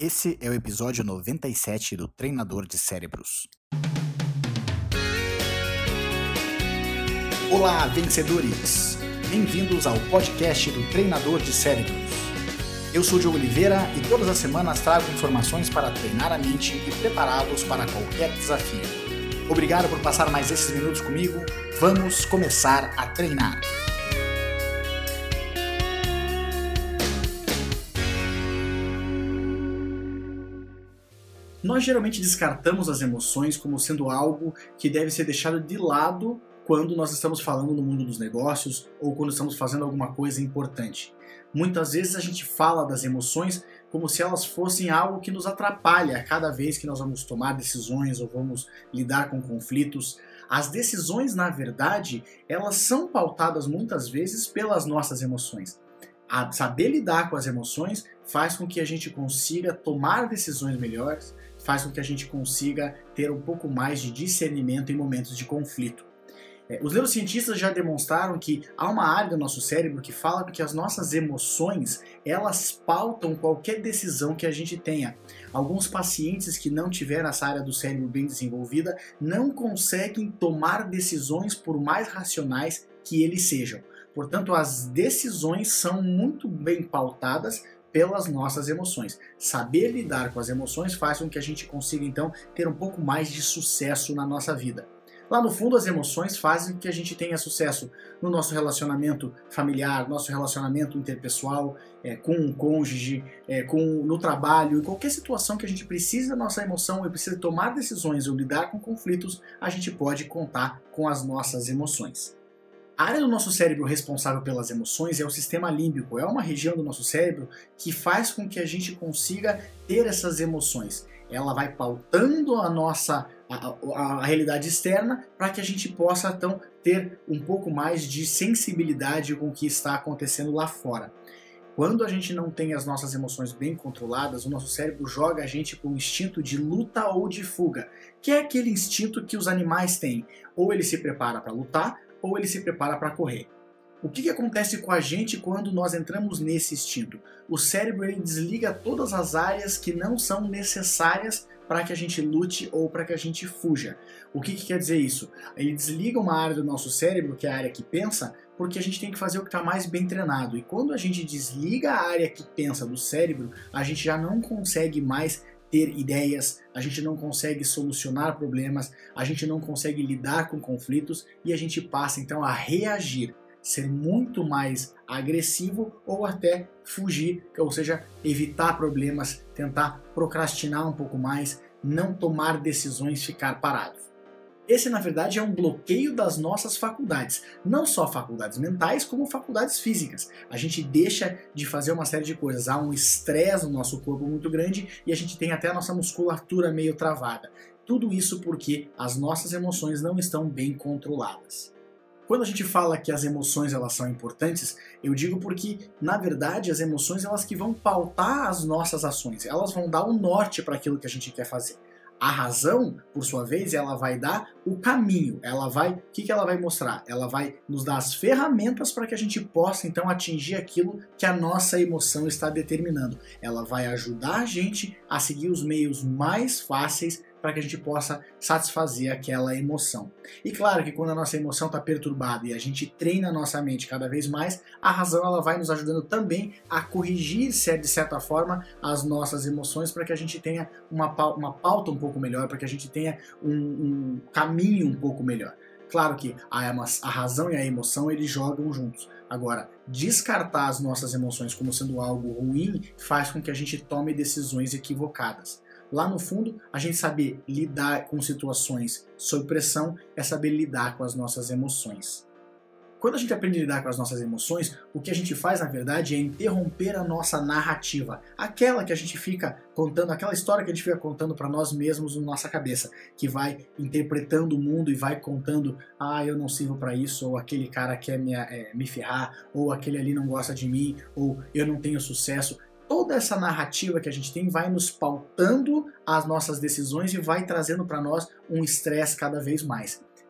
Esse é o episódio 97 do Treinador de Cérebros. Olá, vencedores! Bem-vindos ao podcast do Treinador de Cérebros. Eu sou o Diogo Oliveira e todas as semanas trago informações para treinar a mente e prepará-los para qualquer desafio. Obrigado por passar mais esses minutos comigo. Vamos começar a treinar. Nós geralmente descartamos as emoções como sendo algo que deve ser deixado de lado quando nós estamos falando no mundo dos negócios ou quando estamos fazendo alguma coisa importante. Muitas vezes a gente fala das emoções como se elas fossem algo que nos atrapalha a cada vez que nós vamos tomar decisões ou vamos lidar com conflitos. As decisões, na verdade, elas são pautadas muitas vezes pelas nossas emoções. Saber lidar com as emoções faz com que a gente consiga tomar decisões melhores, faz com que a gente consiga ter um pouco mais de discernimento em momentos de conflito. Os neurocientistas já demonstraram que há uma área do nosso cérebro que fala que as nossas emoções, elas pautam qualquer decisão que a gente tenha. Alguns pacientes que não tiveram essa área do cérebro bem desenvolvida não conseguem tomar decisões por mais racionais que eles sejam. Portanto, as decisões são muito bem pautadas pelas nossas emoções. Saber lidar com as emoções faz com que a gente consiga, então, ter um pouco mais de sucesso na nossa vida. Lá no fundo, as emoções fazem com que a gente tenha sucesso no nosso relacionamento familiar, nosso relacionamento interpessoal, com um cônjuge, no trabalho, em qualquer situação que a gente precise da nossa emoção e precisa tomar decisões ou lidar com conflitos, a gente pode contar com as nossas emoções. A área do nosso cérebro responsável pelas emoções é o sistema límbico, é uma região do nosso cérebro que faz com que a gente consiga ter essas emoções. Ela vai pautando a realidade externa para que a gente possa, então, ter um pouco mais de sensibilidade com o que está acontecendo lá fora. Quando a gente não tem as nossas emoções bem controladas, o nosso cérebro joga a gente para um instinto de luta ou de fuga, que é aquele instinto que os animais têm. Ou ele se prepara para lutar, ou ele se prepara para correr. O que acontece com a gente quando nós entramos nesse instinto? O cérebro ele desliga todas as áreas que não são necessárias para que a gente lute ou para que a gente fuja. O que quer dizer isso? Ele desliga uma área do nosso cérebro, que é a área que pensa, porque a gente tem que fazer o que está mais bem treinado. E quando a gente desliga a área que pensa do cérebro, a gente já não consegue mais ter ideias, a gente não consegue solucionar problemas, a gente não consegue lidar com conflitos e a gente passa então a reagir, ser muito mais agressivo ou até fugir, ou seja, evitar problemas, tentar procrastinar um pouco mais, não tomar decisões, ficar parado. Esse, na verdade, é um bloqueio das nossas faculdades, não só faculdades mentais, como faculdades físicas. A gente deixa de fazer uma série de coisas, há um estresse no nosso corpo muito grande e a gente tem até a nossa musculatura meio travada. Tudo isso porque as nossas emoções não estão bem controladas. Quando a gente fala que as emoções elas são importantes, eu digo porque, na verdade, as emoções elas que vão pautar as nossas ações, elas vão dar um norte para aquilo que a gente quer fazer. A razão, por sua vez, ela vai dar o caminho, o que ela vai mostrar? Ela vai nos dar as ferramentas para que a gente possa, então, atingir aquilo que a nossa emoção está determinando. Ela vai ajudar a gente a seguir os meios mais fáceis para que a gente possa satisfazer aquela emoção. E claro que quando a nossa emoção está perturbada e a gente treina a nossa mente cada vez mais, a razão ela vai nos ajudando também a corrigir, de certa forma, as nossas emoções para que a gente tenha uma pauta um pouco melhor, para que a gente tenha um caminho um pouco melhor. Claro que a razão e a emoção eles jogam juntos. Agora, descartar as nossas emoções como sendo algo ruim faz com que a gente tome decisões equivocadas. Lá no fundo, a gente saber lidar com situações sob pressão é saber lidar com as nossas emoções. Quando a gente aprende a lidar com as nossas emoções, o que a gente faz, na verdade, é interromper a nossa narrativa. Aquela que a gente fica contando, aquela história que a gente fica contando para nós mesmos na nossa cabeça, que vai interpretando o mundo e vai contando, eu não sirvo para isso, ou aquele cara quer me ferrar, ou aquele ali não gosta de mim, ou eu não tenho sucesso. Toda essa narrativa que a gente tem vai nos pautando as nossas decisões e vai trazendo para nós um estresse cada vez mais.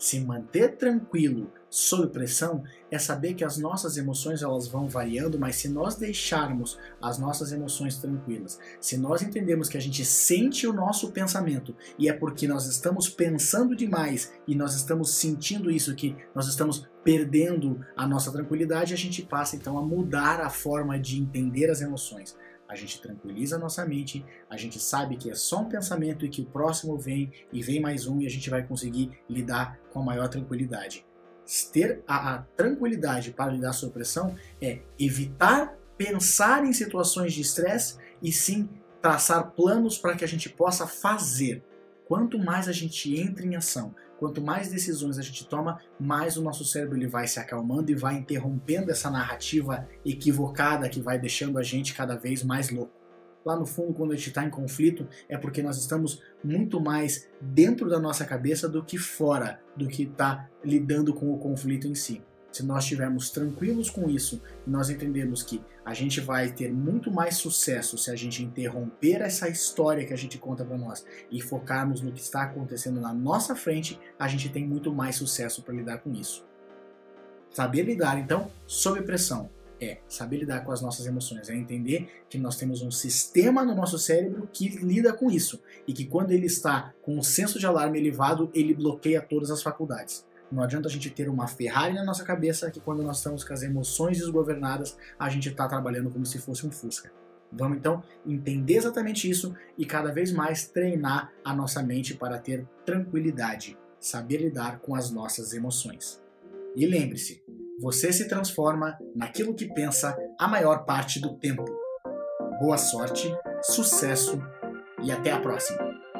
Se manter tranquilo sob pressão é saber que as nossas emoções elas vão variando, mas se nós deixarmos as nossas emoções tranquilas, se nós entendemos que a gente sente o nosso pensamento e é porque nós estamos pensando demais e nós estamos sentindo isso que nós estamos perdendo a nossa tranquilidade, a gente passa então a mudar a forma de entender as emoções. A gente tranquiliza a nossa mente, a gente sabe que é só um pensamento e que o próximo vem e vem mais um e a gente vai conseguir lidar com a maior tranquilidade. Ter a tranquilidade para lidar sob pressão é evitar pensar em situações de estresse e sim traçar planos para que a gente possa fazer. Quanto mais a gente entra em ação, quanto mais decisões a gente toma, mais o nosso cérebro ele vai se acalmando e vai interrompendo essa narrativa equivocada que vai deixando a gente cada vez mais louco. Lá no fundo, quando a gente está em conflito, é porque nós estamos muito mais dentro da nossa cabeça do que fora, do que está lidando com o conflito em si. Se nós estivermos tranquilos com isso e nós entendermos que a gente vai ter muito mais sucesso se a gente interromper essa história que a gente conta para nós e focarmos no que está acontecendo na nossa frente, a gente tem muito mais sucesso para lidar com isso. Saber lidar, então, sob pressão, é saber lidar com as nossas emoções, é entender que nós temos um sistema no nosso cérebro que lida com isso e que quando ele está com um senso de alarme elevado, ele bloqueia todas as faculdades. Não adianta a gente ter uma Ferrari na nossa cabeça que quando nós estamos com as emoções desgovernadas, a gente está trabalhando como se fosse um Fusca. Vamos então entender exatamente isso e cada vez mais treinar a nossa mente para ter tranquilidade, saber lidar com as nossas emoções. E lembre-se, você se transforma naquilo que pensa a maior parte do tempo. Boa sorte, sucesso e até a próxima!